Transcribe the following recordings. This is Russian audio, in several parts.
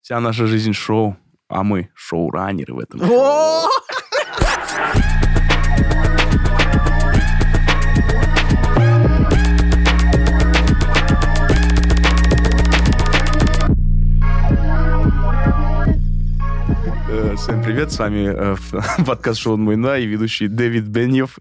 Вся наша жизнь шоу, а мы шоураннеры в этом шоу. Всем привет, с вами подкаст «Шоу Мойна» и ведущий Дэвид Беньев.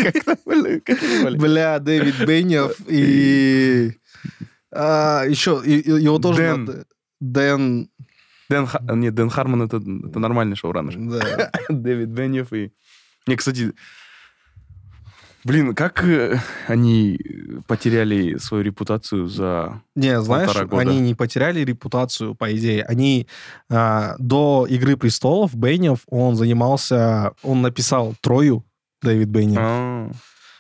Бля, Дэвид Беньев и... еще его тоже... Дэн Хармон — это нормальный шоураннер. Да. Дэвид Беньев и... Не, кстати... Блин, как они потеряли свою репутацию за полтора года? Они не потеряли репутацию, по идее. Они до «Игры престолов» Беньев, он написал «Трою», Дэвид Беньев.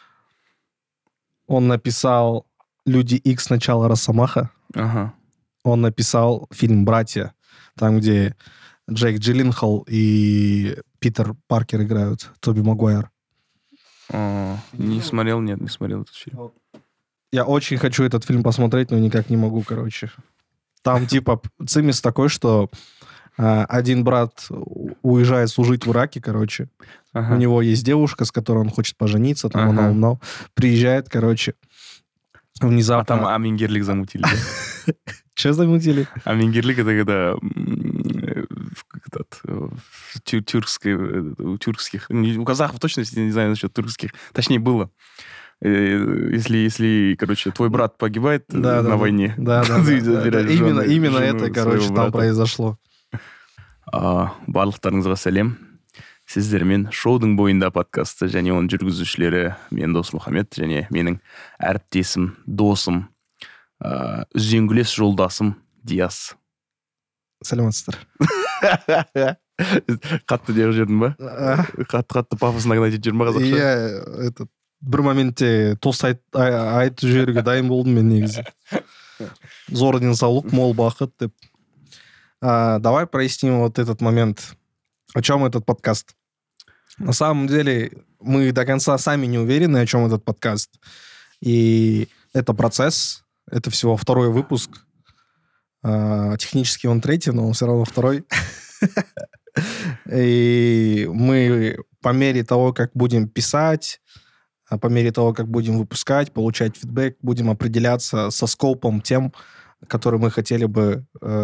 Он написал «Люди Икс. Начало Росомаха». Ага. Он написал фильм «Братья», там, где Джейк Джилленхол и Питер Паркер играют, Тоби Магуайр. Не смотрел этот фильм. Я очень хочу этот фильм посмотреть, но никак не могу, короче. Там, типа, цимис такой, что один брат уезжает служить в Ираке, короче. Ага. У него есть девушка, с которой он хочет пожениться, там она приезжает, короче, внезапно... А там Амингерлик замутили. Что замутили? Амингерлик — это когда тюркских... У казахов точно не знаю насчет тюркских. Точнее, было. Если, короче, твой брат погибает на войне, ты забираешь жену. Именно это, короче, там произошло. Барлықтарыңызға сәлем. Сіздермен шоудың бойында подкасты және оның жүргізушілері мен Досмұхамед және менің әріптесім, досым, үзеңгілес жолдасым Диас. Сәлеметсіздер. Қатты деп жүрдің ба? Қатты пафосно айтып жүрдің ба қазақша? Иә, бір моментте тост айтып жіберуге дайын болдым мен негізі. Зор денсаулық, мол бақыт деп. Давай проясним вот этот момент. О чем этот подкаст? На самом деле, мы до конца сами не уверены, о чем этот подкаст. И это процесс. Это всего второй выпуск. Технически он третий, но он все равно второй. И мы по мере того, как будем писать, по мере того, как будем выпускать, получать фидбэк, будем определяться со скопом тем, которые мы хотели бы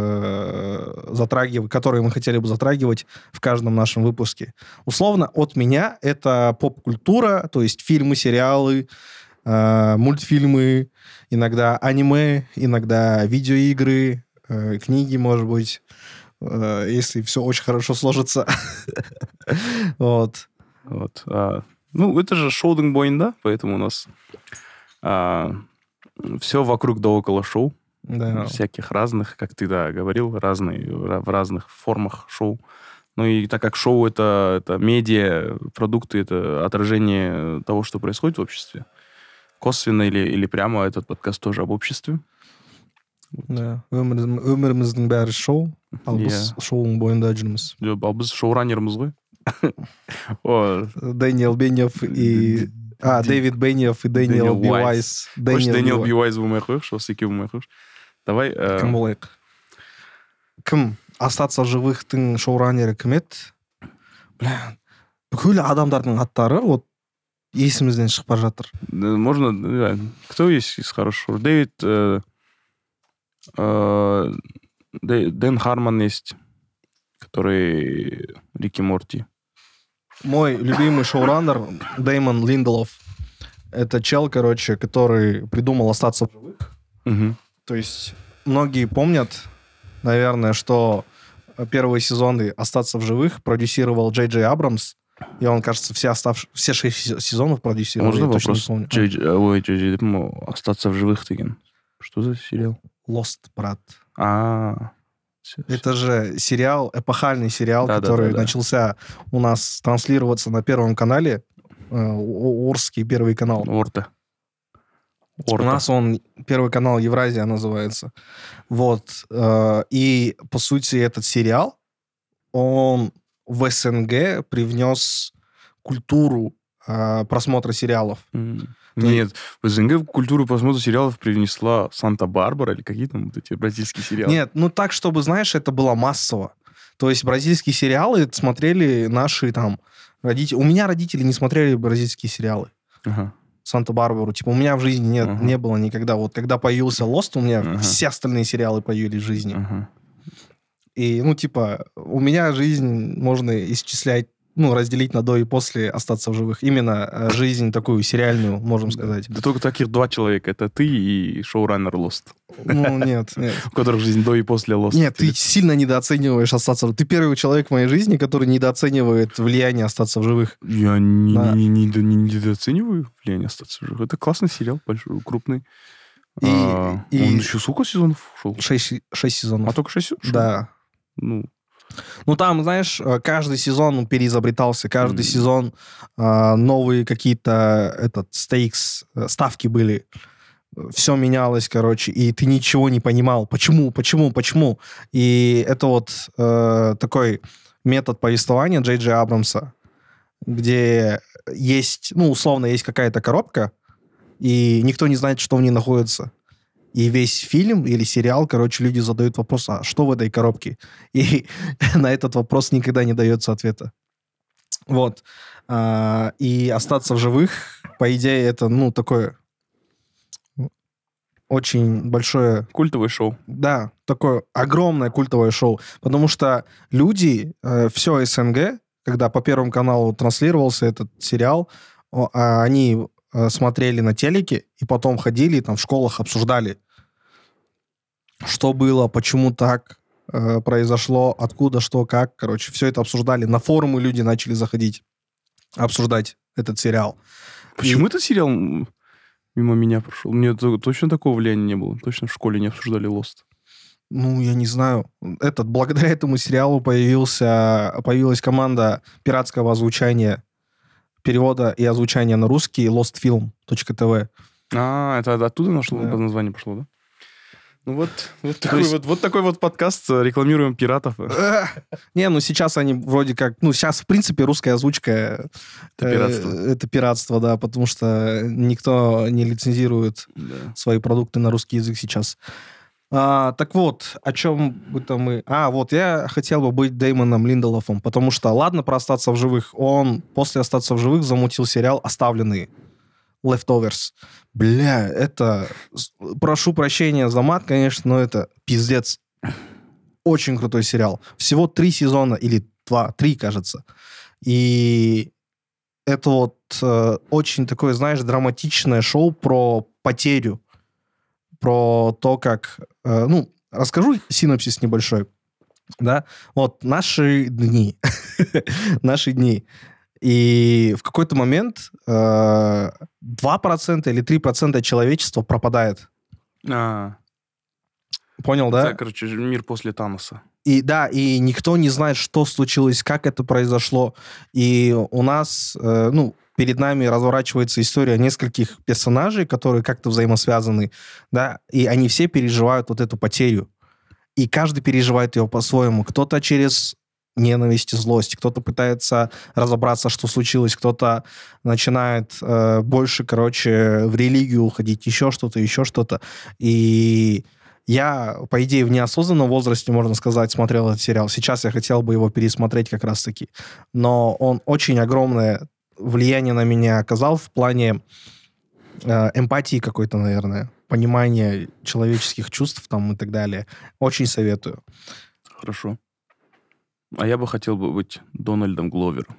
затрагивать в каждом нашем выпуске. Условно, от меня это поп-культура, то есть фильмы, сериалы, мультфильмы, иногда аниме, иногда видеоигры, книги, может быть, если все очень хорошо сложится. Вот. Ну, это же шоудың бойында, поэтому у нас все вокруг да около шоу. Да. Всяких разных, как ты говорил, в разных формах шоу. Ну и так как шоу — это медиа, продукты, это отражение того, что происходит в обществе. Косвенно или прямо этот подкаст тоже об обществе. Да. Өміріміздің бәрі шоу, ал біз шоуның бойында жүрміз. Ал біз шоураннермыз ғой. Дэниел Беньев и... Дэвид Беньев и Дэниел Би Уайс. Дэниел Би Уайс болмай ақ қойықшы, осы екеу болмай ақ қойықшы. Давай... Кім болайық? Кім? Остаться в живыхтың шоураннері кім еді? Бля, бүкіл адамдардың аттары вот есімізден шығып бара жатыр. Можно... Кто есть из хороших? Дэн Хармон есть, который Рик и Морти. Мой любимый шоураннер Дэймон Линделов. Это чел, короче, который придумал «Остаться в живых». Угу. То есть многие помнят, наверное, что первые сезоны «Остаться в живых» продюсировал Джей Джей Абрамс. И он, кажется, все 6 сезонов продюсировал. Можно вопрос? Джей Джей, «Остаться в живых» деген. Что за сериал? Lost, брат. Это же сериал, эпохальный сериал, который начался у нас транслироваться на Первом канале. Орский Первый канал. Орта. У нас он Первый канал Евразия называется. Вот. И, по сути, этот сериал, он в СНГ привнес культуру просмотра сериалов. Нет, в СНГ культуру просмотра сериалов привнесла Санта-Барбара или какие там вот эти бразильские сериалы. Нет, ну так, чтобы, знаешь, это было массово. То есть бразильские сериалы смотрели наши там родители. У меня родители не смотрели бразильские сериалы. Ага. Санта-Барбару. Типа у меня в жизни Ага. не было никогда. Вот когда появился Lost, у меня Ага. все остальные сериалы появились в жизни. Ага. И, ну, типа, у меня жизнь можно исчислять, ну, разделить на до и после остаться в живых. Именно жизнь такую сериальную, можем сказать. Да только таких два человека. Это ты и шоураннер Lost. Ну, нет. У которых жизнь до и после Lost. Нет, ты сильно недооцениваешь остаться в живых. Ты первый человек в моей жизни, который недооценивает влияние остаться в живых. Я не недооцениваю влияние остаться в живых. Это классный сериал, большой, крупный. Он еще сколько сезонов шел? 6 сезонов. А только 6 шел? Да. Ну, там, знаешь, каждый сезон переизобретался, каждый сезон новые какие-то ставки были. Все менялось, короче, и ты ничего не понимал. Почему? И это вот такой метод повествования Джей Джей Абрамса, где есть, ну, условно, есть какая-то коробка, и никто не знает, что в ней находится. И весь фильм или сериал, короче, люди задают вопрос, а что в этой коробке? И на этот вопрос никогда не дается ответа. Вот. И остаться в живых, по идее, это, ну, такое очень большое... Культовое шоу. Да, такое огромное культовое шоу. Потому что люди, все СНГ, когда по Первому каналу транслировался этот сериал, они смотрели на телеке и потом ходили там в школах, обсуждали, что было, почему так произошло, откуда, что, как. Короче, все это обсуждали. На форумы люди начали заходить, обсуждать этот сериал. Почему этот сериал мимо меня прошел? Мне точно такого влияния не было. Точно в школе не обсуждали Lost. Ну, я не знаю. Благодаря этому сериалу появилась команда пиратского озвучания, перевода и озвучания на русский lostfilm.tv. Это оттуда название пошло, да? Ну вот такой вот подкаст, рекламируем пиратов. Не, ну сейчас они вроде как... Ну, сейчас, в принципе, русская озвучка... Это пиратство. Это пиратство, да, потому что никто не лицензирует свои продукты на русский язык сейчас. Так вот, о чем бы-то мы... Вот я хотел бы быть Дэймоном Линделофом, потому что, ладно, про остаться в живых, он после остаться в живых замутил сериал «Оставленные». Leftovers. Бля, это... Прошу прощения за мат, конечно, но это пиздец. Очень крутой сериал. Всего 3 сезона, или 3, кажется. И это вот очень такое, знаешь, драматичное шоу про потерю. Про то, как... расскажу синопсис небольшой. Да? Вот наши дни. Наши дни. И в какой-то момент 2% или 3% человечества пропадает. Понял, да? Это, короче, мир после Таноса. И да, и никто не знает, что случилось, как это произошло. И у нас, перед нами разворачивается история нескольких персонажей, которые как-то взаимосвязаны, да, и они все переживают вот эту потерю. И каждый переживает ее по-своему. Кто-то через ненависть и злость, кто-то пытается разобраться, что случилось, кто-то начинает больше, короче, в религию уходить, еще что-то. И я, по идее, в неосознанном возрасте, можно сказать, смотрел этот сериал. Сейчас я хотел бы его пересмотреть как раз-таки. Но он очень огромное влияние на меня оказал в плане эмпатии какой-то, наверное, понимания человеческих чувств там и так далее. Очень советую. Хорошо. А я бы хотел быть Дональдом Гловером.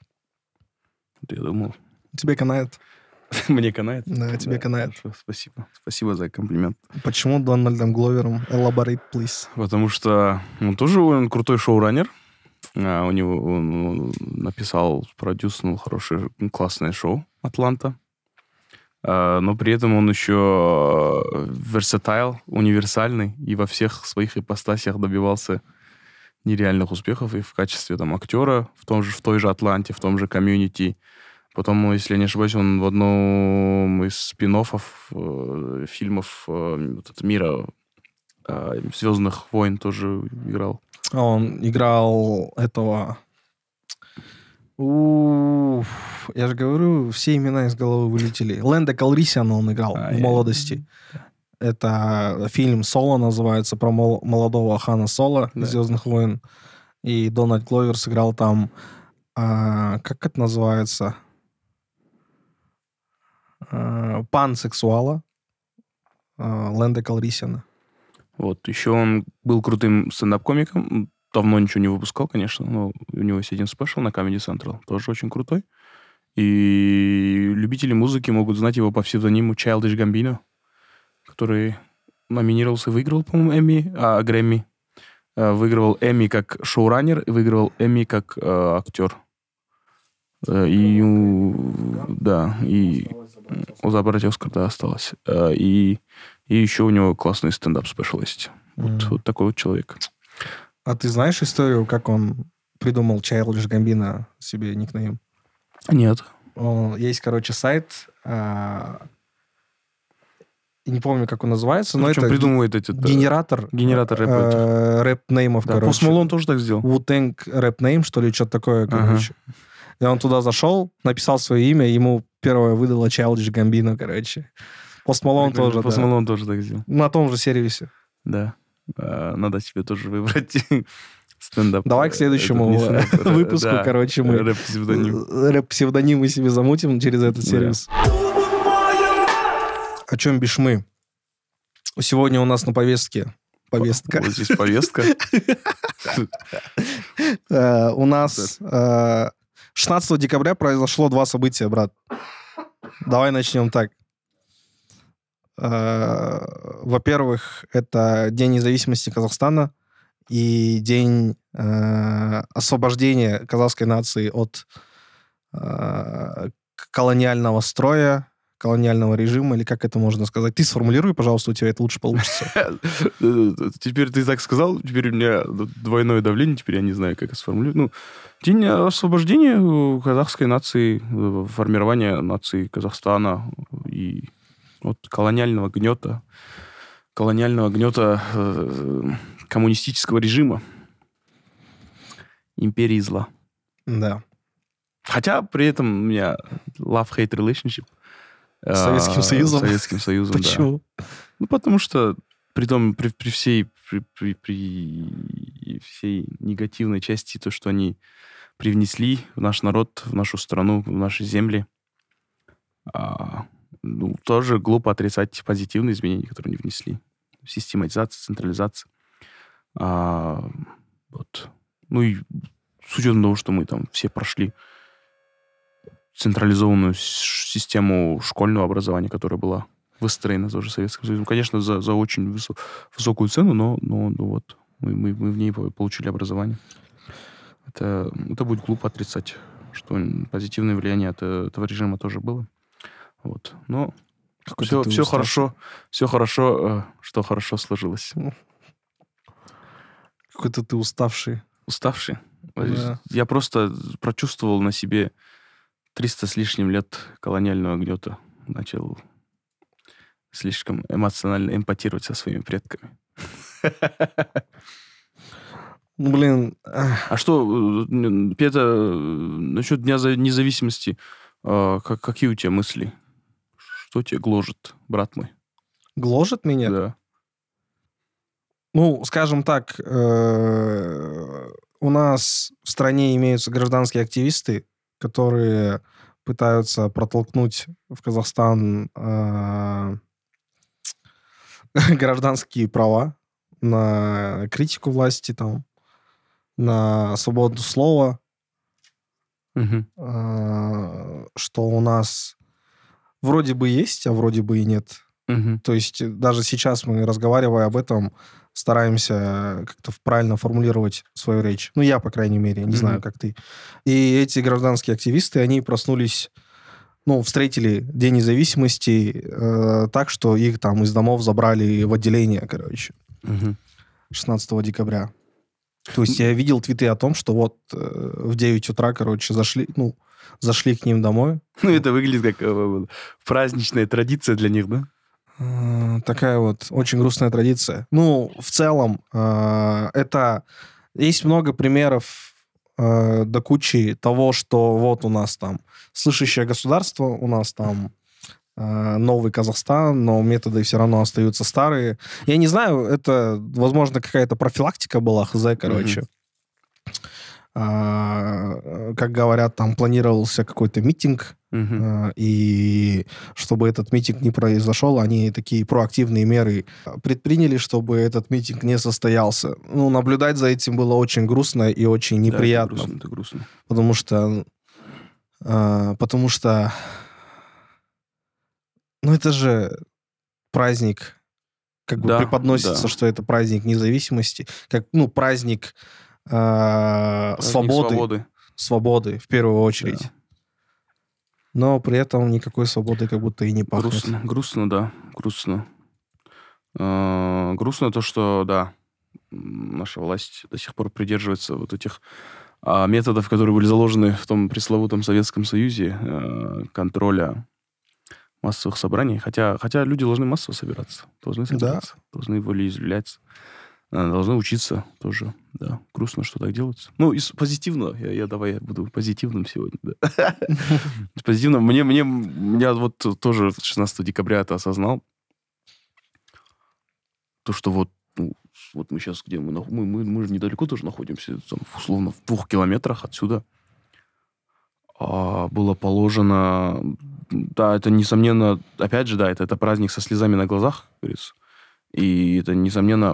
Я думал. Тебе канает? Мне канает? Да, тебе канает. Спасибо. Спасибо за комплимент. Почему Дональдом Гловером? Elaborate, please. Потому что он крутой шоураннер. У него он написал, продюсировал хорошее, классное шоу «Атланта». Но при этом он еще versatile, универсальный, и во всех своих ипостасях добивался нереальных успехов и в качестве там актера в той же «Атланте», в том же «Комьюнити». Потом, если я не ошибаюсь, он в одном из спин-оффов фильмов мира «Звездных войн» тоже играл. Он играл этого... Я же говорю, все имена из головы вылетели. Лэнда Калрисиана он играл в молодости. Это фильм «Соло» называется, про молодого Хана Соло из «Звездных войн». И Дональд Гловер сыграл там... как это называется? Пансексуала Лэнда Калрисиана. Вот. Еще он был крутым стендап-комиком. Давно ничего не выпускал, конечно, но у него есть один спешл на Comedy Central. Тоже очень крутой. И любители музыки могут знать его по псевдониму Childish Gambino, который номинировался и выиграл, по-моему, Грэмми. Выигрывал Эмми как шоураннер и выигрывал Эмми как актер. И забрать Оскар, да, осталось. И еще у него классный стендап-спешл есть. Вот такой вот человек. А ты знаешь историю, как он придумал Childish Gambino себе никнейм? Нет. Есть, сайт, не помню, как он называется, но это придумывает генератор рэп-неймов, да, Post Malone тоже так сделал. Wu-Tang рэп-нейм, что ли, что-то такое, короче. И он туда зашел, написал свое имя, ему первое выдало Childish Gambino, короче. Post Malone тоже, Post Malone тоже так сделал. На том же сервисе. Да. Надо себе тоже выбрать стендап. Давай к следующему выпуску, короче, мы рэп-псевдонимы себе замутим через этот сервис. О чем бишь мы? Сегодня у нас на повестке. Повестка. Вот здесь повестка. У нас 16 декабря произошло 2 события, брат. Давай начнем так. Во-первых, это День независимости Казахстана и День освобождения казахской нации от колониального строя, колониального режима, или как это можно сказать. Ты сформулируй, пожалуйста, у тебя это лучше получится. Теперь ты так сказал, теперь у меня двойное давление, теперь я не знаю, как это сформулировать. День освобождения казахской нации, формирования нации Казахстана и от колониального гнета коммунистического режима, империи зла. Да. Хотя при этом у меня love-hate relationship с Советским Союзом. Советским Союзом, Почему? Да. Потому что при всей негативной части, то, что они привнесли в наш народ, в нашу страну, в наши земли, тоже глупо отрицать позитивные изменения, которые они внесли. Систематизация, централизация. Вот. И с учетом того, что мы там все прошли централизованную систему школьного образования, которая была выстроена тоже Советским Союзом. Конечно, за очень высокую цену, но вот мы в ней получили образование. Это будет глупо отрицать, что позитивное влияние от этого режима тоже было. Вот. Но все хорошо, что хорошо сложилось. Какой-то ты уставший. Уставший? Да. Я просто прочувствовал на себе 300 с лишним лет колониального гнета. Начал слишком эмоционально эмпатировать со своими предками. А что, Петя, насчет Дня независимости, какие у тебя мысли? Что тебя гложет, брат мой? Гложет меня? Да. Скажем так, у нас в стране имеются гражданские активисты, которые пытаются протолкнуть в Казахстан гражданские права на критику власти, на свободу слова, что у нас вроде бы есть, а вроде бы и нет. То есть даже сейчас мы, разговаривая об этом, стараемся как-то правильно формулировать свою речь. Я, по крайней мере, не знаю, как ты. И эти гражданские активисты, они проснулись, встретили День независимости так, что их там из домов забрали в отделение, 16 декабря. То есть я видел твиты о том, что вот в 9 утра, зашли к ним домой. Это выглядит как праздничная традиция для них, да? Такая вот очень грустная традиция. В целом, это... Есть много примеров до кучи того, что вот у нас там слышащее государство, у нас там новый Казахстан, но методы все равно остаются старые. Я не знаю, это, возможно, какая-то профилактика была, хз, короче. Как говорят, там планировался какой-то митинг, и чтобы этот митинг не произошел, они такие проактивные меры предприняли, чтобы этот митинг не состоялся. Ну, наблюдать за этим было очень грустно и очень неприятно. Да, это грустно. Потому что, ну, это же праздник, как бы преподносится, что это праздник независимости, как, ну, праздник свободы, в первую очередь. Да. Но при этом никакой свободы как будто и не пахнет. Грустно, да, грустно. Грустно то, что, да, наша власть до сих пор придерживается вот этих методов, которые были заложены в том пресловутом Советском Союзе, контроля массовых собраний. Хотя люди должны массово собираться, должны волеизъявляться. Должны учиться тоже, да. Грустно, что так делается. Ну, из позитивного, я буду позитивным сегодня, да. Позитивно. Я вот тоже 16 декабря это осознал. То, что вот мы сейчас где? Мы же недалеко тоже находимся, там, условно, в 2 километрах отсюда. Было положено... Да, это, несомненно, опять же, да, это праздник со слезами на глазах, говорится. И это, несомненно...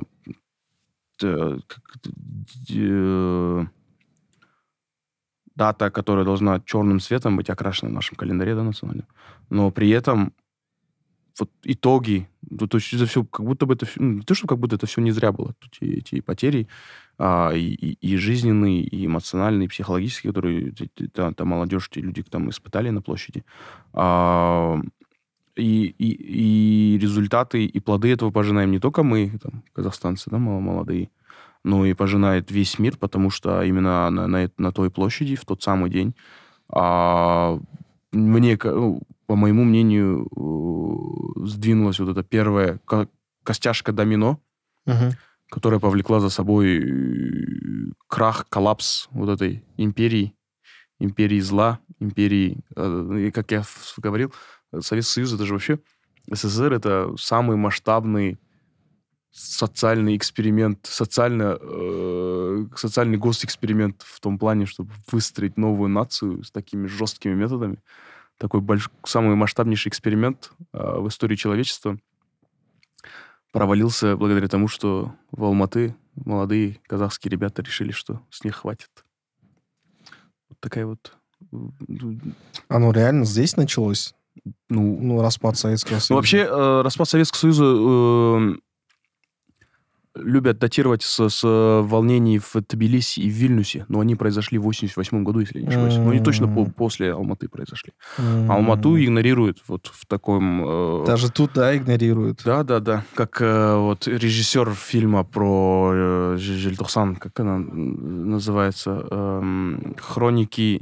дата, которая должна черным цветом быть окрашена в нашем календаре, да, национальном. Но при этом вот итоги, то есть это все, как будто бы это... не то, что как будто это все не зря было. Эти потери и жизненные, и эмоциональные, и психологические, которые та молодежь, те люди там испытали на площади. И результаты, и плоды этого пожинаем не только мы, там, казахстанцы, да, молодые, но и пожинает весь мир, потому что именно на той площади, в тот самый день, мне, по моему мнению, сдвинулась вот эта первая костяшка домино, которая повлекла за собой крах, коллапс вот этой империи зла, империи, как я говорил, Советский Союз, это же вообще... СССР — это самый масштабный социальный эксперимент, социальный госэксперимент в том плане, чтобы выстроить новую нацию с такими жесткими методами. Такой самый масштабнейший эксперимент в истории человечества провалился благодаря тому, что в Алматы молодые казахские ребята решили, что с них хватит. Вот такая вот... Оно реально здесь началось? Ну, распад Советского Союза. Ну, вообще, распад Советского Союза любят датировать с волнений в Тбилиси и в Вильнюсе, но они произошли в 1988 году, если я не ошибаюсь. Но они точно после Алматы произошли. Алмату игнорируют вот в таком... Даже тут, да, игнорируют. Да. Как вот режиссер фильма про Желтоқсан, как она называется? Хроники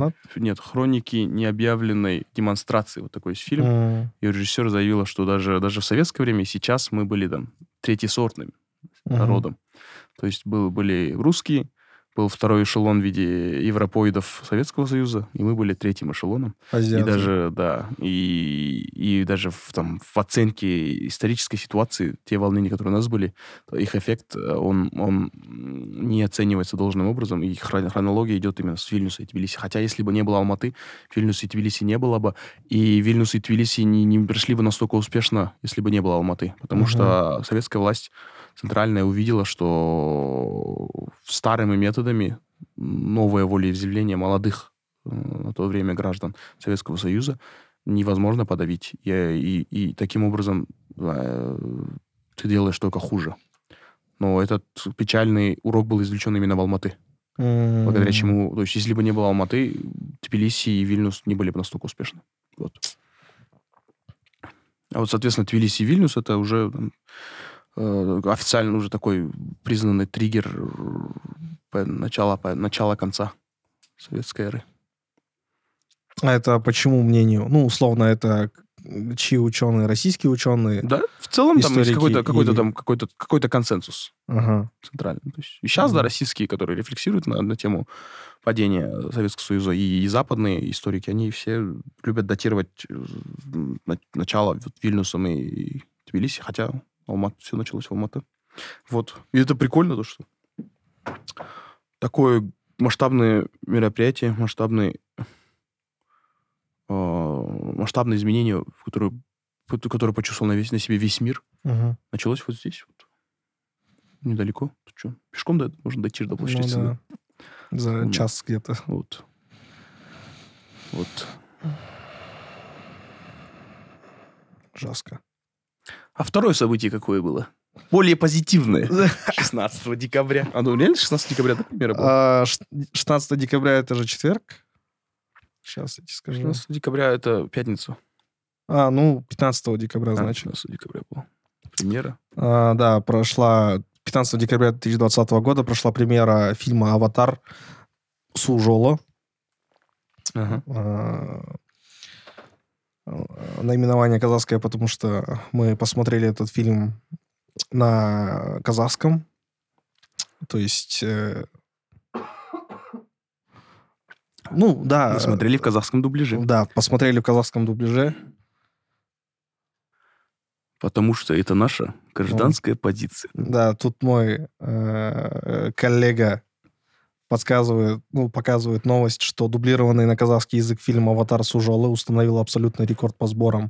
необъявленной демонстрации. Вот такой есть фильм. И режиссер заявила, что даже в советское время сейчас мы были там третьесортными народом. То есть были русские, был второй эшелон в виде европоидов Советского Союза, и мы были третьим эшелоном. Азиаты. И даже, да, и даже в оценке исторической ситуации, те волнения, которые у нас были, их эффект, он не оценивается должным образом, и хронология идет именно с Вильнюса и Тбилиси. Хотя, если бы не было Алматы, Вильнюса и Тбилиси не было бы, и Вильнюс и Тбилиси не пришли бы настолько успешно, если бы не было Алматы. Потому что советская власть центральная увидела, что старыми методами новое волеизъявление молодых на то время граждан Советского Союза невозможно подавить. И таким образом ты делаешь только хуже. Но этот печальный урок был извлечен именно в Алматы. Благодаря чему... То есть, если бы не было Алматы, Тбилиси и Вильнюс не были бы настолько успешны. Вот. А вот, соответственно, Тбилиси и Вильнюс — это уже... официально уже такой признанный триггер начала-конца советской эры. А это по чьему мнению? Ну, условно, это чьи ученые? Российские ученые? Да, в целом там есть Историки какой-то консенсус Ага. центральный. То есть и сейчас, да, российские, которые рефлексируют на тему падения Советского Союза, и западные историки, они все любят датировать начало вот Вильнюсом и Тбилиси, хотя все началось в Алматы. Вот. И это прикольно, то, что такое масштабное мероприятие, масштабные изменения, которые почувствовал на себе весь мир, Угу. началось вот здесь, вот, недалеко. Тут что, пешком можно дойти до площади Ну, Цены. да. За час где-то. Вот. Жестко. А второе событие какое было? Более позитивное. 16 декабря. Реально 16 декабря, да, примерно было? 16 декабря это же четверг. Сейчас я тебе скажу. 16 декабря это пятница. 15 декабря, значит. 15 декабря была премьера. Да, прошла 15 декабря 2020 года прошла премьера фильма «Аватар» Сужоло. Ага. Наименование казахское, потому что мы посмотрели этот фильм на казахском. То есть... да. Смотрели в казахском дубляже. Да, посмотрели в казахском дубляже. Потому что это наша гражданская позиция. Да, тут мой коллега показывает новость, что дублированный на казахский язык фильм «Аватар» Сужолы установил абсолютный рекорд по сборам.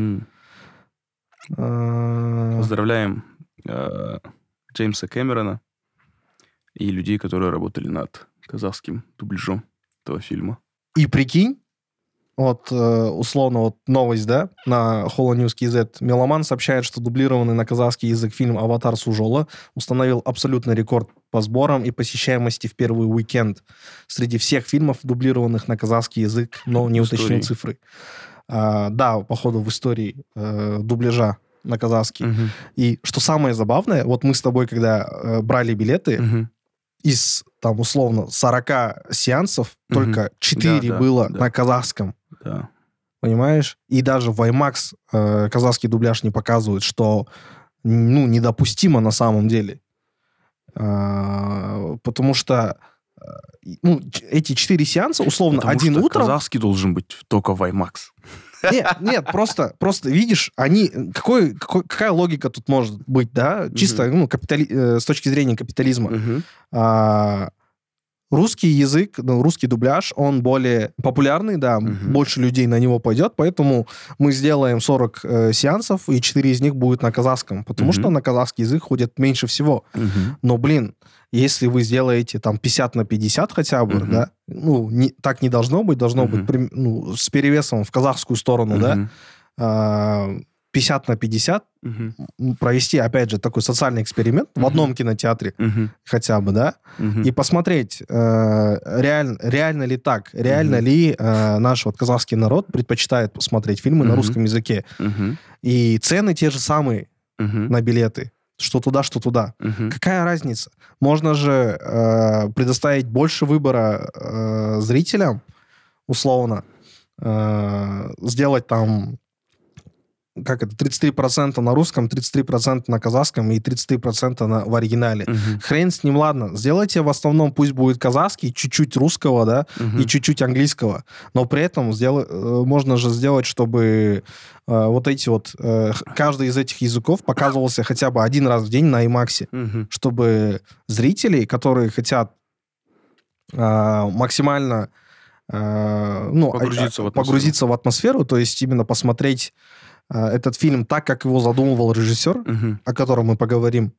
Поздравляем Джеймса Кэмерона и людей, которые работали над казахским дубляжом этого фильма. И прикинь, условно, новость, да, на HoloNews.kz. Меломан сообщает, что дублированный на казахский язык фильм «Аватар» Сужоло установил абсолютный рекорд по сборам и посещаемости в первый уикенд среди всех фильмов, дублированных на казахский язык, но не уточнил цифры. Да, походу, в истории дубляжа на казахский. И что самое забавное, вот мы с тобой, когда брали билеты, из, там, условно, 40 сеансов только 4 было на казахском. Да. Понимаешь? И даже в IMAX казахский дубляж не показывает, что недопустимо на самом деле. Потому что эти 4 сеанса, условно, потому один что утром... казахский должен быть только в IMAX. Нет, просто видишь, какая логика тут может быть, да? Чисто с точки зрения капитализма. Русский язык, русский дубляж, он более популярный, да, больше людей на него пойдет, поэтому мы сделаем 40 сеансов, и 4 из них будет на казахском, потому что на казахский язык ходит меньше всего. Но, если вы сделаете там 50 на 50 хотя бы, да, так не должно быть, должно быть с перевесом в казахскую сторону, да, 50 на 50, провести, опять же, такой социальный эксперимент в одном кинотеатре хотя бы, да, и посмотреть, реально ли так, реально ли наш казахский народ предпочитает смотреть фильмы на русском языке. И цены те же самые на билеты. Что туда, что туда. Какая разница? Можно же предоставить больше выбора зрителям, условно, сделать там 33% на русском, 33% на казахском и 33% в оригинале. Хрен с ним, ладно. Сделайте в основном, пусть будет казахский, чуть-чуть русского, да, и чуть-чуть английского. Но при этом можно же сделать, чтобы каждый из этих языков показывался хотя бы один раз в день на IMAX. Чтобы зрители, которые хотят максимально погрузиться в атмосферу, то есть именно посмотреть этот фильм так, как его задумывал режиссер, о котором мы поговорим,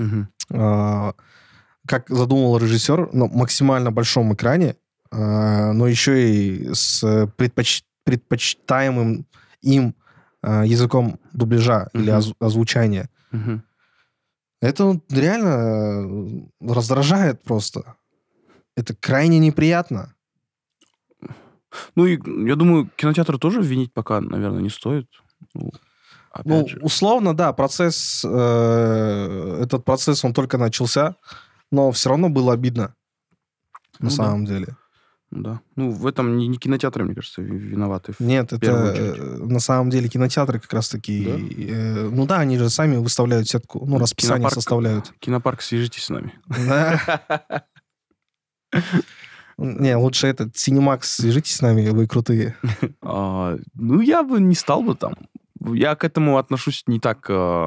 как задумывал режиссер на максимально большом экране, но еще и с предпочитаемым им языком дубляжа или озвучания. Это реально раздражает просто. Это крайне неприятно. И я думаю, кинотеатры тоже винить пока, наверное, не стоит. Условно, да, этот процесс, он только начался, но все равно было обидно, на самом деле. Да. Ну, в этом не кинотеатры, мне кажется, виноваты. Нет, в первую это очередь. на самом деле кинотеатры как раз-таки... ну да, они же сами выставляют сетку, ну, расписание составляют. Кинопарк, свяжитесь с нами. Да. Не, лучше этот, Cinemax, свяжитесь с нами, вы крутые. Ну, я бы не стал бы там. Я к этому отношусь не так...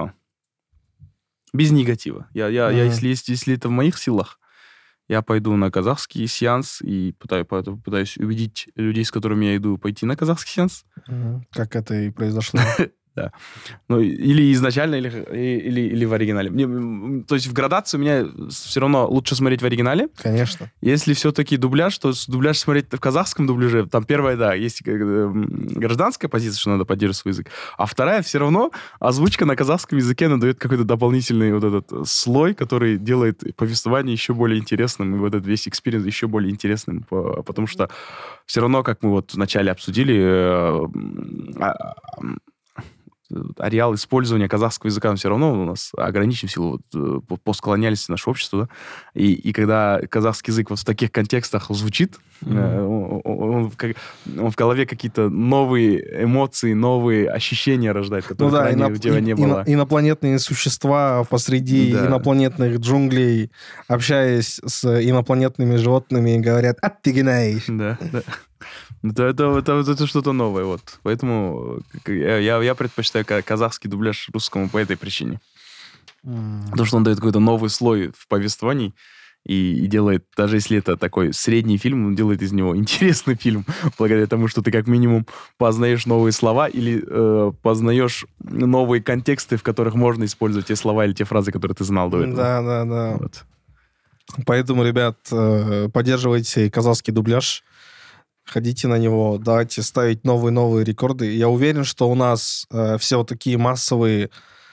без негатива. Если это в моих силах, я пойду на казахский сеанс и пытаюсь убедить людей, с которыми я иду, пойти на казахский сеанс. Как это и произошло. Да. Ну, или изначально, или в оригинале. То есть в градации у меня все равно лучше смотреть в оригинале. Конечно. Если все-таки дубляж, то дубляж смотреть в казахском дубляже. Там первая, да, есть гражданская позиция, что надо поддерживать свой язык. А вторая, все равно озвучка на казахском языке надает какой-то дополнительный вот этот слой, который делает повествование еще более интересным, и вот этот весь экспириенс еще более интересным. Потому что все равно, как мы вот вначале обсудили, ареал использования казахского языка, он все равно у нас ограничен в силу постколониальности нашего общества. Да? И когда казахский язык вот в таких контекстах звучит, он в голове какие-то новые эмоции, новые ощущения рождает, которых ранее у тебя не было. Инопланетные существа посреди инопланетных джунглей, общаясь с инопланетными животными, говорят «Аттигинай». Да, да. Это что-то новое, вот. Поэтому я предпочитаю казахский дубляж русскому по этой причине. Потому что он дает какой-то новый слой в повествовании и делает, даже если это такой средний фильм, он делает из него интересный фильм, благодаря тому, что ты как минимум познаешь новые слова или познаешь новые контексты, в которых можно использовать те слова или те фразы, которые ты знал до этого. Да. Вот. Поэтому, ребят, поддерживайте казахский дубляж. Ходите на него, давайте ставить новые рекорды. Я уверен, что у нас все вот такие массовые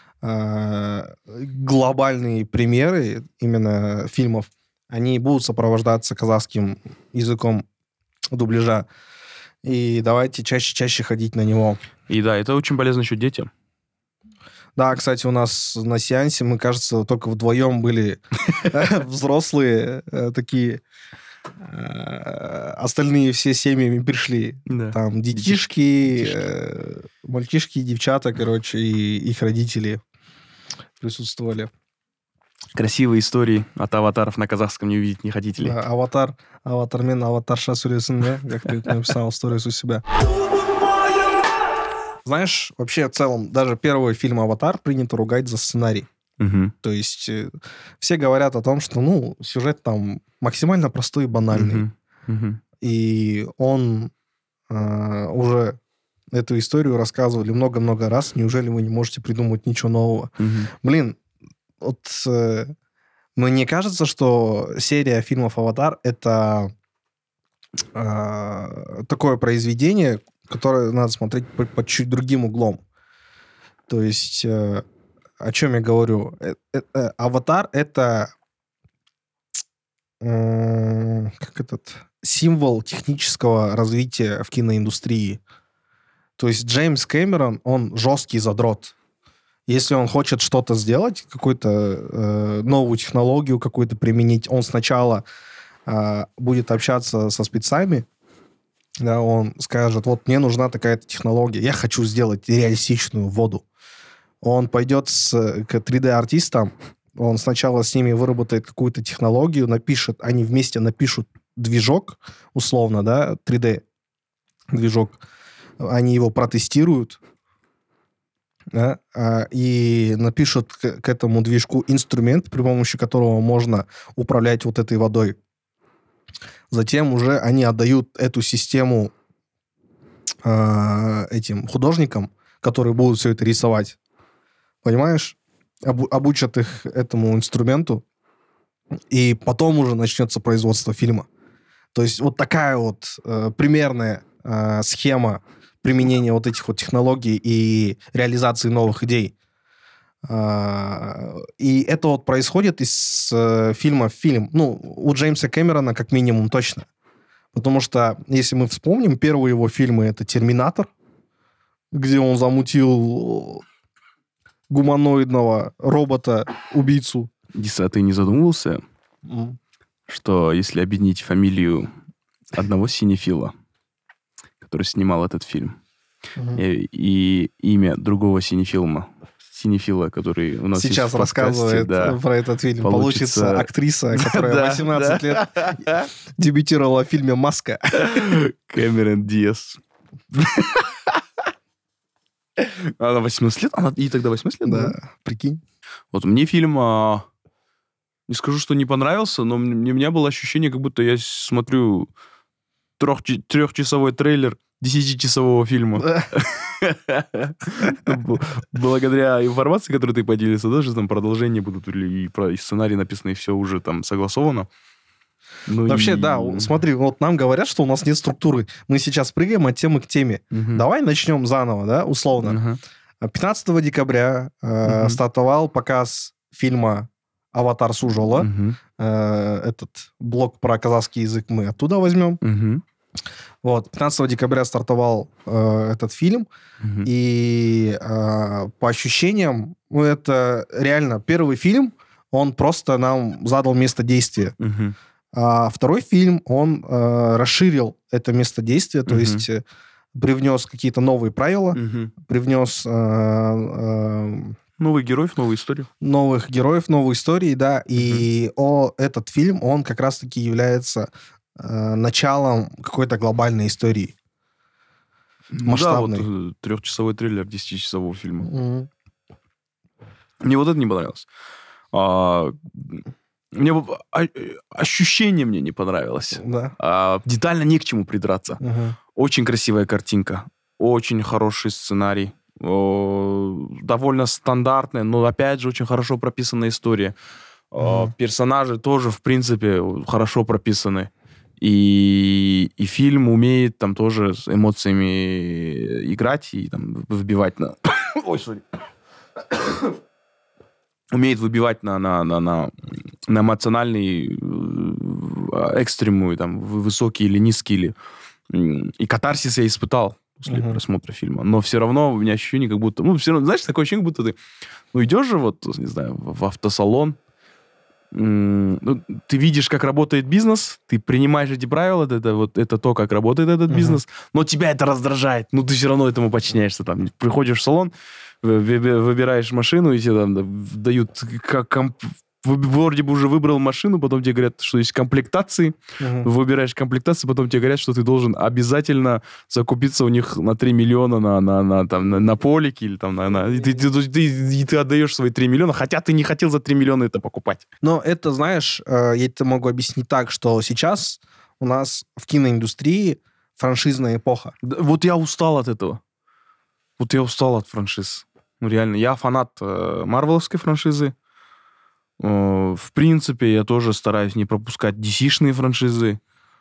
глобальные примеры именно фильмов, они будут сопровождаться казахским языком дубляжа. И давайте чаще ходить на него. И да, это очень полезно еще детям. Да, кстати, у нас на сеансе, мы, кажется, только вдвоем были взрослые такие... Остальные все семьями пришли. Да. Там детишки, мальчишки, девчата, короче, и их родители присутствовали. Красивые истории от аватаров на казахском не увидеть не хотите ли? Да, аватармен аватарша сүресін, да? Как ты написал сторис у себя. Знаешь, вообще, в целом, даже первый фильм «Аватар» принято ругать за сценарий. То есть все говорят о том, что, сюжет там максимально простой и банальный. И он уже эту историю рассказывали много-много раз. Неужели вы не можете придумать ничего нового? Блин, вот мне кажется, что серия фильмов «Аватар» — это такое произведение, которое надо смотреть под чуть другим углом. То есть... О чем я говорю? «Аватар» — это символ технического развития в киноиндустрии. То есть Джеймс Кэмерон, он жесткий задрот. Если он хочет что-то сделать, какую-то новую технологию какую-то применить, он сначала будет общаться со спецами, да, он скажет, вот мне нужна такая-то технология, я хочу сделать реалистичную воду. Он пойдет к 3D-артистам, он сначала с ними выработает какую-то технологию, они вместе напишут движок, условно, да, 3D-движок, они его протестируют, да, и напишут к этому движку инструмент, при помощи которого можно управлять вот этой водой. Затем уже они отдают эту систему этим художникам, которые будут все это рисовать. Понимаешь? Обучат их этому инструменту, и потом уже начнется производство фильма. То есть вот такая вот примерная схема применения вот этих вот технологий и реализации новых идей. И это вот происходит из фильма в фильм. У Джеймса Кэмерона как минимум точно. Потому что, если мы вспомним, первые его фильмы — это «Терминатор», где он замутил гуманоидного робота-убийцу. Диса, ты не задумывался, что если объединить фамилию одного синефила, который снимал этот фильм. Мгм. И имя другого синефила, который у нас Сейчас есть в подкасте, рассказывает да, про этот фильм. Получится получится- актриса, которая Да, 18 лет да. дебютировала в фильме «Маска». Кэмерон Диас. Она 18 лет? Ей тогда 18 лет было? Да, прикинь. Вот мне фильм, не скажу, что не понравился, но у меня было ощущение, как будто я смотрю трехчасовой трейлер 10-часового фильма. Благодаря информации, которой ты поделился, даже там продолжения будут, и сценарий написанный, и все уже там согласовано. Ну Вообще, и- да, смотри, вот нам говорят, что у нас нет структуры. Мы сейчас прыгаем от темы к теме. Мгм. Давай начнем заново, да, условно. Ага. 15 декабря Мгм. стартовал показ фильма «Аватар Сужола». Мгм. Этот блок про казахский язык мы оттуда возьмем. Мгм. Вот, 15 декабря стартовал этот фильм. Мгм. И по ощущениям, ну, это реально первый фильм, он просто нам задал место действия. Мгм. А второй фильм, он расширил это место действия, то Мгм. есть привнес какие-то новые правила, Мгм. привнес Новый герой в новую историю. новых героев, новые истории, да, и этот фильм, он как раз-таки является началом какой-то глобальной истории. Масштабный. Да, вот трехчасовой трейлер 10-часового фильма. Мгм. Мне вот это не понравилось. Мне ощущение мне не понравилось. Да. Детально не к чему придраться. Мгм. Очень красивая картинка, очень хороший сценарий, довольно стандартная, но опять же очень хорошо прописанная история. Мгм. Персонажи тоже, в принципе, хорошо прописаны. И фильм умеет там тоже с эмоциями играть и там выбивать на... Ой, сори. Умеет выбивать на эмоциональный экстремум, там, высокий или низкий. И катарсис я испытал после Мгм. просмотра фильма. Но все равно у меня ощущение, как будто... Ну, все равно, знаешь, такое ощущение, как будто ты... Ну, идешь же, вот, не знаю, в автосалон, ну, ты видишь, как работает бизнес, ты принимаешь эти правила, это то, как работает этот Мгм. бизнес, но тебя это раздражает, но ты все равно этому подчиняешься. Там, приходишь в салон, выбираешь машину, и тебе там дают вроде бы уже выбрал машину, потом тебе говорят, что есть комплектации, Мгм. выбираешь комплектации, потом тебе говорят, что ты должен обязательно закупиться у них на 3 миллиона на полике, или там и ты отдаешь свои 3 миллиона, хотя ты не хотел за 3 миллиона это покупать. Но это, знаешь, я тебе могу объяснить так, что сейчас у нас в киноиндустрии франшизная эпоха. Вот я устал от этого. Вот я устал от франшиз. Ну, реально. Я фанат марвеловской франшизы. В принципе, я тоже стараюсь не пропускать DC-шные франшизы.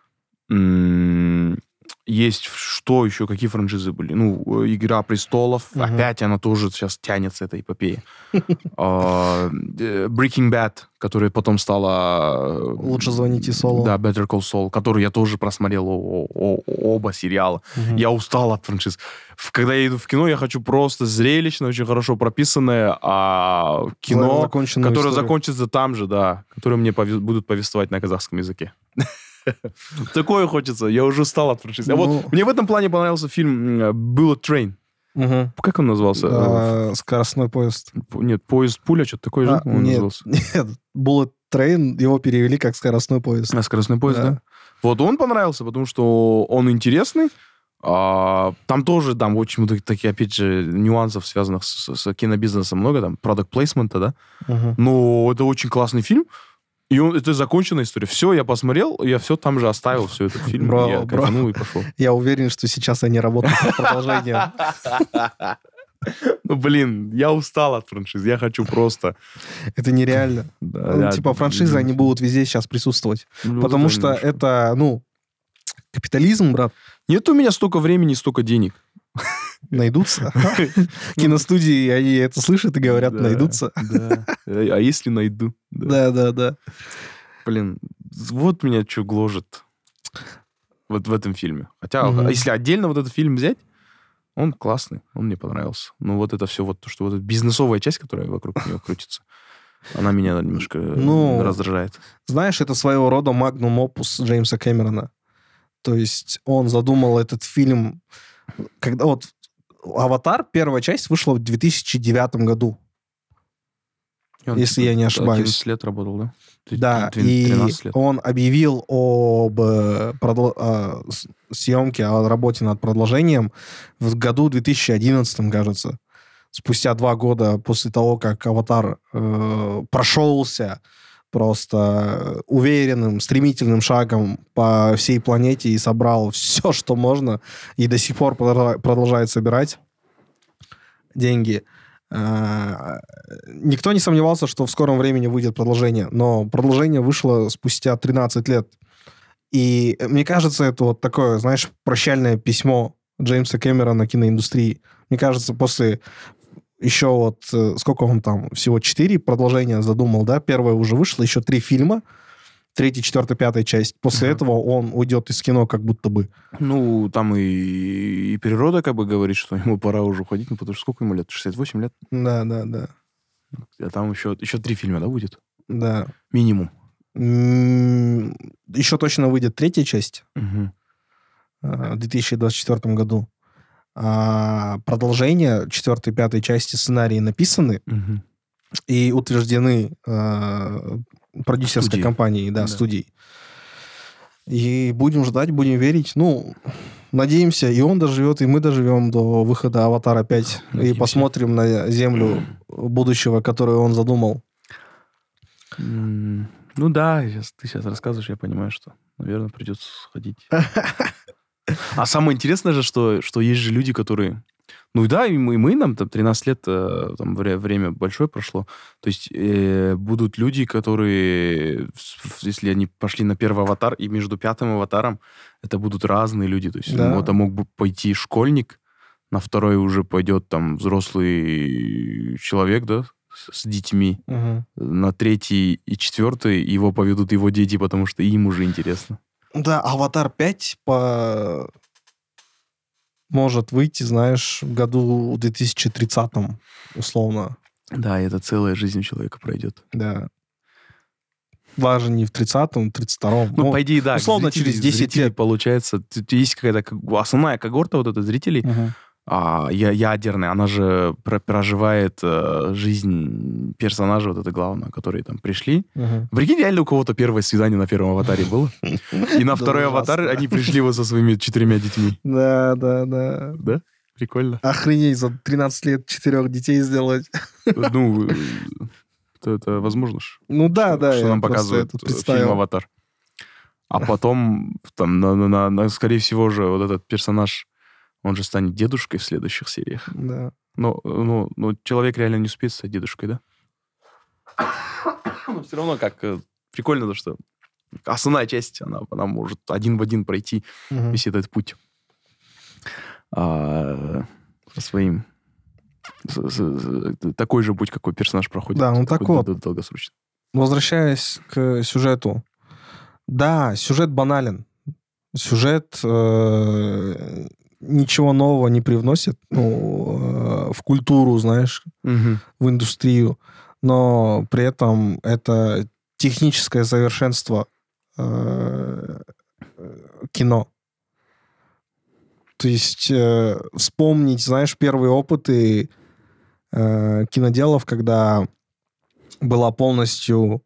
Есть что еще? Какие франшизы были? Ну, «Игра престолов». Мгм. Опять она тоже сейчас тянется, эта эпопея. Breaking Bad, которая потом стала... «Лучше звоните Солу». Да, Better Call Saul, которую я тоже просмотрел оба сериала. Мгм. Я устал от франшиз. Когда я иду в кино, я хочу просто зрелищное, очень хорошо прописанное кино, Законченную которое историю. закончится там же, да, которое мне будут повествовать на казахском языке. Такое хочется. Я уже устал от франшизы. А Ну. вот мне в этом плане понравился фильм Bullet Train. Мгм. Как он назывался? Скоростной поезд. Нет, поезд пуля, что-то такое же он Нет, назывался. нет, Bullet Train, его перевели как скоростной поезд. Скоростной поезд, Да. да? Вот он понравился, потому что он интересный. Там тоже, там очень много таких, опять же, нюансов, связанных с кинобизнесом много, там, product placement, да? Мгм. Но это очень классный фильм. И это законченная история. Все, я посмотрел, я все там же оставил, все этот фильм. Браво, Я браво. кайфанул и пошел. Я уверен, что сейчас они работают над продолжением. Ну, блин, я устал от франшиз. Я хочу просто... Это нереально. Да, Ну, я- типа франшизы, они будут везде сейчас присутствовать. Ну, вот Потому это что немножко. это, ну, капитализм, брат, Нет у меня столько времени, столько денег. найдутся. Киностудии, они это слышат и говорят, Да, найдутся. Да. А если найду? Да. Да. Блин, вот меня что гложет вот в этом фильме. Хотя, Мгм. если отдельно вот этот фильм взять, он классный, он мне понравился. Но вот это все, вот то, что вот эта бизнесовая часть, которая вокруг него крутится, она меня немножко Ну, раздражает. Знаешь, это своего рода магнум опус Джеймса Кэмерона. То есть он задумал этот фильм... Когда вот «Аватар», первая часть, вышла в 2009 году. Если я не ошибаюсь. 11 лет работал, да? Да, 13 и лет. он объявил об съемке, о работе над продолжением в году 2011, кажется. Спустя 2 года после того, как «Аватар» прошелся просто уверенным, стремительным шагом по всей планете и собрал все, что можно, и до сих пор продолжает собирать деньги. Никто не сомневался, что в скором времени выйдет продолжение, но продолжение вышло спустя 13 лет. И мне кажется, это вот такое, знаешь, прощальное письмо Джеймса Кэмерона киноиндустрии. Мне кажется, после еще вот, сколько он там, всего 4 продолжения задумал, да? Первое уже вышло, еще 3 фильма, 3, 4, 5 часть. После этого он уйдет из кино как будто бы. Ну, там и природа как бы говорит, что ему пора уже уходить, ну, потому что сколько ему лет? 68 лет? Да. А там еще 3 фильма, да, будет? Да. Минимум. Еще точно выйдет 3 часть Угу. в 2024 году. А продолжение 4 и 5 части сценарии написаны и утверждены продюсерской Студии. компанией, Да. студией. И будем ждать, будем верить. Ну, надеемся, и он доживет, и мы доживем до выхода «Аватара 5». Надеемся. И посмотрим на землю будущего, которую он задумал. Ну да, ты сейчас рассказываешь, я понимаю, что, наверное, придется сходить. А самое интересное же, что есть же люди, которые... Ну да, и мы нам там 13 лет, там время большое прошло. То есть будут люди, которые, если они пошли на первый «Аватар», и между 5-м «Аватаром» это будут разные люди. То есть Да. это мог бы пойти школьник, на второй уже пойдет там взрослый человек, да, с детьми. Угу. На 3-й и 4-й его поведут его дети, потому что им уже интересно. Да, «Аватар 5» может выйти, знаешь, в году 2030-м, условно. Да, и это целая жизнь у человека пройдет. Да. Даже не в 30-м, 32-м. Ну, по идее, да. Условно, через 10 лет. Получается, есть какая-то основная когорта вот эта зрителей, ядерная, она же проживает жизнь персонажа вот это главное, которые там пришли. Прикинь, реально у кого-то первое свидание на первом «Аватаре» было. И на второй «Аватар» они пришли вот со своими 4 детьми. Да. Да? Прикольно. Охренеть, за 13 лет 4 детей сделать. Ну, это возможно ж. Ну да, Что я нам просто показывает это представил. фильм «Аватар». А потом, там, скорее всего же, вот этот персонаж, он же станет дедушкой в следующих сериях. Да. Но человек реально не успеет стать дедушкой, да? Но все равно как прикольно то, что основная часть, она может один в один пройти весь этот путь со своим... Такой же путь, какой персонаж проходит. Да, ну так вот. Долгосрочно. Возвращаясь к сюжету. Да, сюжет банален. Сюжет ничего нового не привносит в культуру, знаешь, в индустрию. Но при этом это техническое совершенство кино. То есть вспомнить, знаешь, первые опыты киноделов, когда была полностью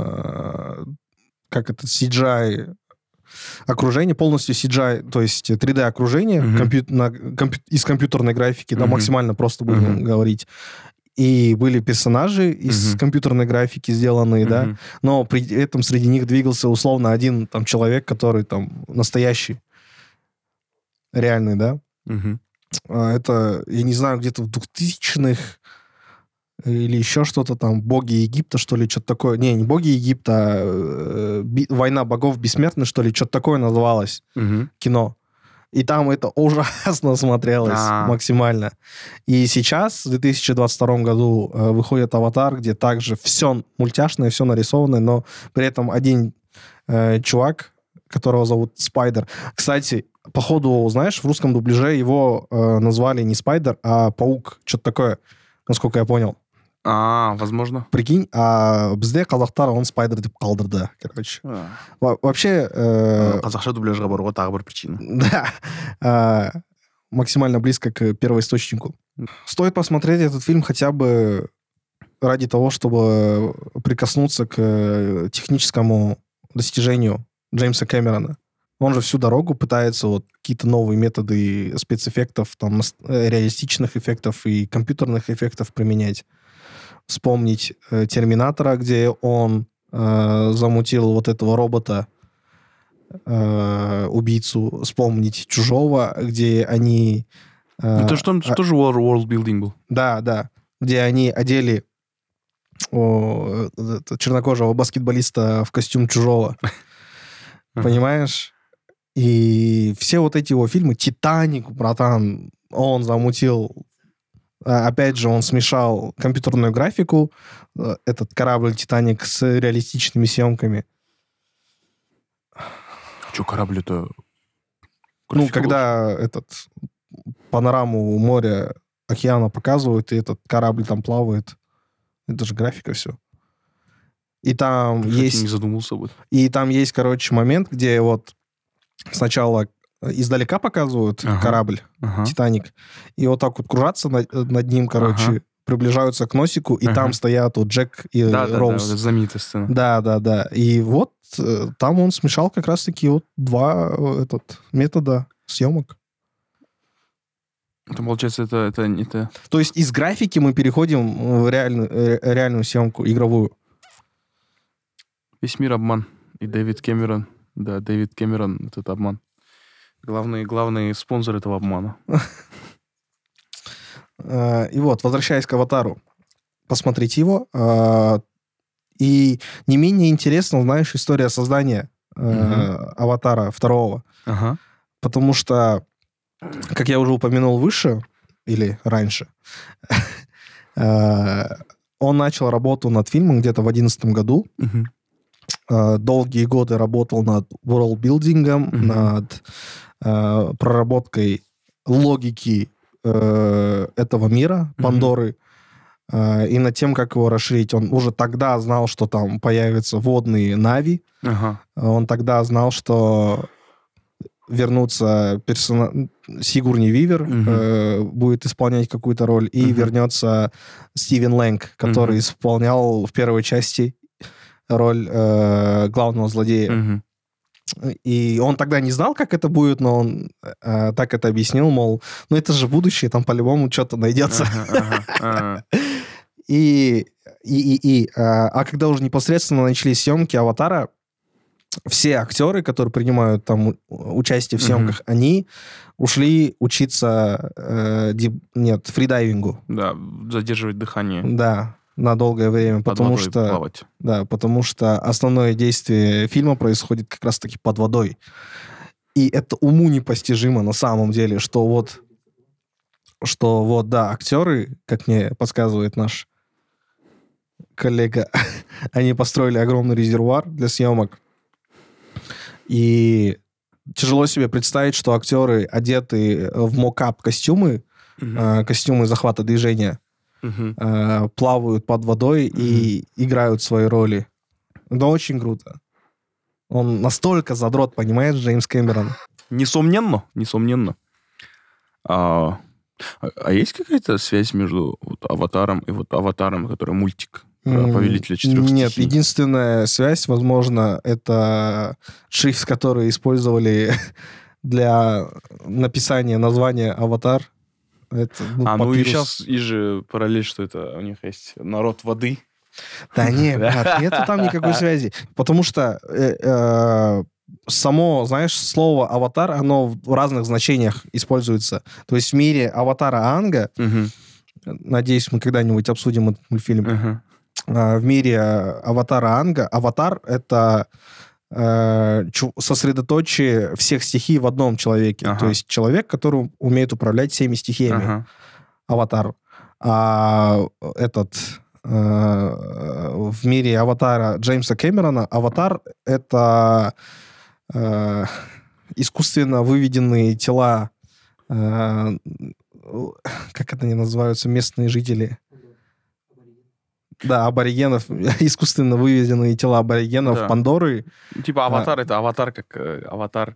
CGI окружение, полностью CGI, то есть 3D-окружение из компьютерной графики, да, максимально просто будем говорить. И были персонажи из компьютерной графики сделанные, да, но при этом среди них двигался условно один там человек, который там настоящий, реальный, да. Это, я не знаю, где-то в 2000-х или еще что-то там, «Боги Египта», что ли, что-то такое. Не «Боги Египта», а «Война богов бессмертных», что ли, что-то такое называлось кино. И там это ужасно смотрелось максимально. И сейчас, в 2022 году, выходит «Аватар», где также все мультяшное, все нарисованное, но при этом один чувак, которого зовут Спайдер. Кстати, походу, знаешь, в русском дубляже его назвали не Спайдер, а Паук. Что-то такое, насколько я понял. Возможно. Прикинь, а бізде қазақтар он спайдер деп қалдырды, короче. Вообще... Қазақша дубляжға баруға тағы бір причина. Да. Максимально близко к первоисточнику. Стоит посмотреть этот фильм хотя бы ради того, чтобы прикоснуться к техническому достижению Джеймса Кэмерона. Он же всю дорогу пытается вот какие-то новые методы спецэффектов, там, реалистичных эффектов и компьютерных эффектов применять. Вспомнить «Терминатора», где он замутил вот этого робота, убийцу. Вспомнить «Чужого», где они... Это же там тоже world-building был. Да. Где они одели чернокожего баскетболиста в костюм Чужого. Понимаешь? И все вот эти его фильмы, «Титаник», братан, он замутил... Опять же, он смешал компьютерную графику, этот корабль «Титаник», с реалистичными съемками. Что корабль-то? Ну, когда панораму моря, океана показывают, и этот корабль там плавает. Это же графика все. И там есть... Не задумался об этом. И там есть, короче, момент, где вот сначала издалека показывают корабль «Титаник», и вот так вот кружатся над ним, короче, приближаются к носику, и там стоят вот Джек и Роуз. Да, знаменитая сцена. Да. И вот там он смешал как раз-таки вот два метода съемок. Это, получается, это... То есть из графики мы переходим в реальную съемку, игровую. Весь мир обман. И Дэвид Кэмерон. Да, Дэвид Кэмерон — этот обман. Главный спонсор этого обмана. И вот, возвращаясь к «Аватару», посмотрите его. И не менее интересно, знаешь, история создания «Аватара» второго. Потому что, как я уже упомянул выше, или раньше, он начал работу над фильмом где-то в 2011 году. Долгие годы работал над ворлдбилдингом, над проработкой логики этого мира, Пандоры, и над тем, как его расширить. Он уже тогда знал, что там появятся водные Нави. Он тогда знал, что вернутся Сигурни Вивер, будет исполнять какую-то роль, и вернется Стивен Лэнг, который исполнял в первой части роль главного злодея. И он тогда не знал, как это будет, но он так это объяснил, мол, ну это же будущее, там по-любому что-то найдется. А когда уже непосредственно начались съемки «Аватара», все актеры, которые принимают там участие в съемках, они ушли учиться фридайвингу. Да, задерживать дыхание. Да, на долгое время, потому что основное действие фильма происходит как раз-таки под водой. И это уму непостижимо на самом деле, что актеры, как мне подсказывает наш коллега, они построили огромный резервуар для съемок. И тяжело себе представить, что актеры, одеты в мокап костюмы, костюмы захвата движения, плавают под водой и играют свои роли. Это очень круто. Он настолько задрот, понимаешь, Джеймс Кэмерон? Несомненно. А есть какая-то связь между «Аватаром» и «Аватаром», который мультик про повелителя четырех стихий? Нет, единственная связь, возможно, это шрифт, который использовали для написания названия «Аватар». Это, и сейчас есть же параллель, что это у них есть народ воды. Да нет, нету там никакой связи. Потому что само, знаешь, слово «аватар», оно в разных значениях используется. То есть в мире «Аватара» Аанга, надеюсь, мы когда-нибудь обсудим этот мультфильм, в мире «Аватара» Аанга, аватар — это сосредоточие всех стихий в одном человеке. То есть человек, который умеет управлять всеми стихиями. Аватар. А в мире «Аватара» Джеймса Кэмерона аватар — это искусственно выведенные тела, как это они называются, местные жители? Да, аборигенов, искусственно выведенные тела аборигенов Да. Пандоры. Типа аватар, это аватар как аватар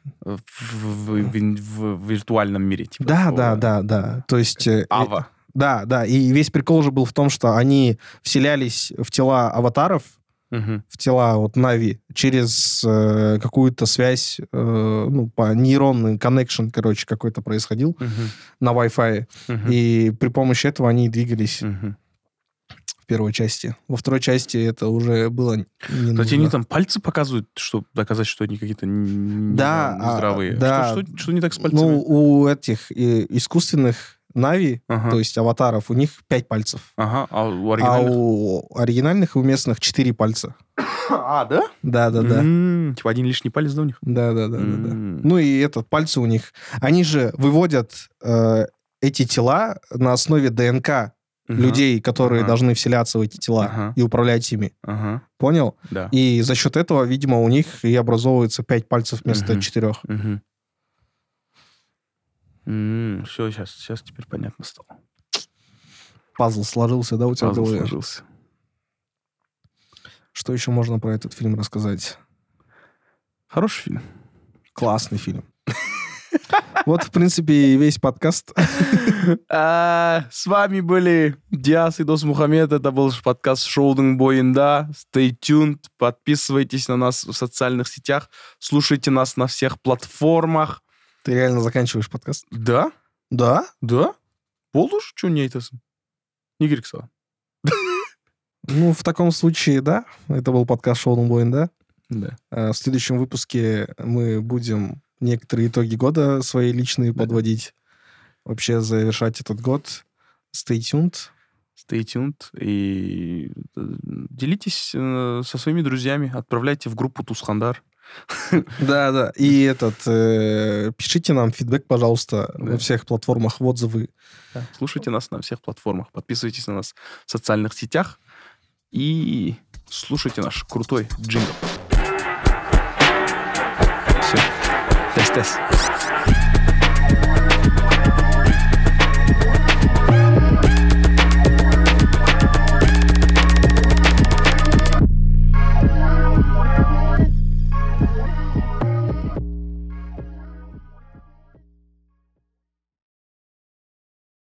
в виртуальном мире. Типа Да, такого. да. То есть... Ава. Да. И весь прикол же был в том, что они вселялись в тела аватаров, Мгм. в тела вот Нави через какую-то связь, по нейронный connection, короче, какой-то происходил Мгм. на Wi-Fi. Мгм. И при помощи этого они двигались Мгм. в первой части. Во второй части это уже было не Кстати, они нужно. там пальцы показывают, чтобы доказать, что они какие-то Да, нездоровые. да. Что не так с пальцами? Ну, у этих искусственных Нави, Ага. то есть аватаров, у них 5 пальцев. Ага, а у А оригинальных? у оригинальных и у местных 4 пальца. А, да? Да. Типа один лишний палец, да, у них? Да. М. Ну и этот пальцы у них. Они же выводят эти тела на основе ДНК Ага. людей, которые Ага. должны вселяться в эти тела Ага. и управлять ими. Ага, Понял? да. И за счет этого, видимо, у них и образовывается 5 пальцев вместо Мгм. 4. Все, сейчас теперь понятно стало. Пазл сложился, да, у тебя в Пазл голове? сложился. Что еще можно про этот фильм рассказать? Хороший фильм. Классный фильм. Вот, в принципе, и весь подкаст. С вами были Диас и Дос Мухаммед. Это был подкаст «Шоудың бойында». Stay tuned. Подписывайтесь на нас в социальных сетях. Слушайте нас на всех платформах. Ты реально заканчиваешь подкаст? Да? Да? Да? Болды уж, что не айтасың? Не керек саған? Ну, в таком случае, да. Это был подкаст «Шоудың бойында». Да. В следующем выпуске мы будем некоторые итоги года свои личные подводить. Вообще завершать этот год. Stay tuned. Stay tuned. И делитесь со своими друзьями. Отправляйте в группу Тусхандар. Да. И пишите нам фидбэк, пожалуйста, Да. во всех платформах, в отзывы. Да. Слушайте нас на всех платформах. Подписывайтесь на нас в социальных сетях. И слушайте наш крутой джингл. Все. Тест.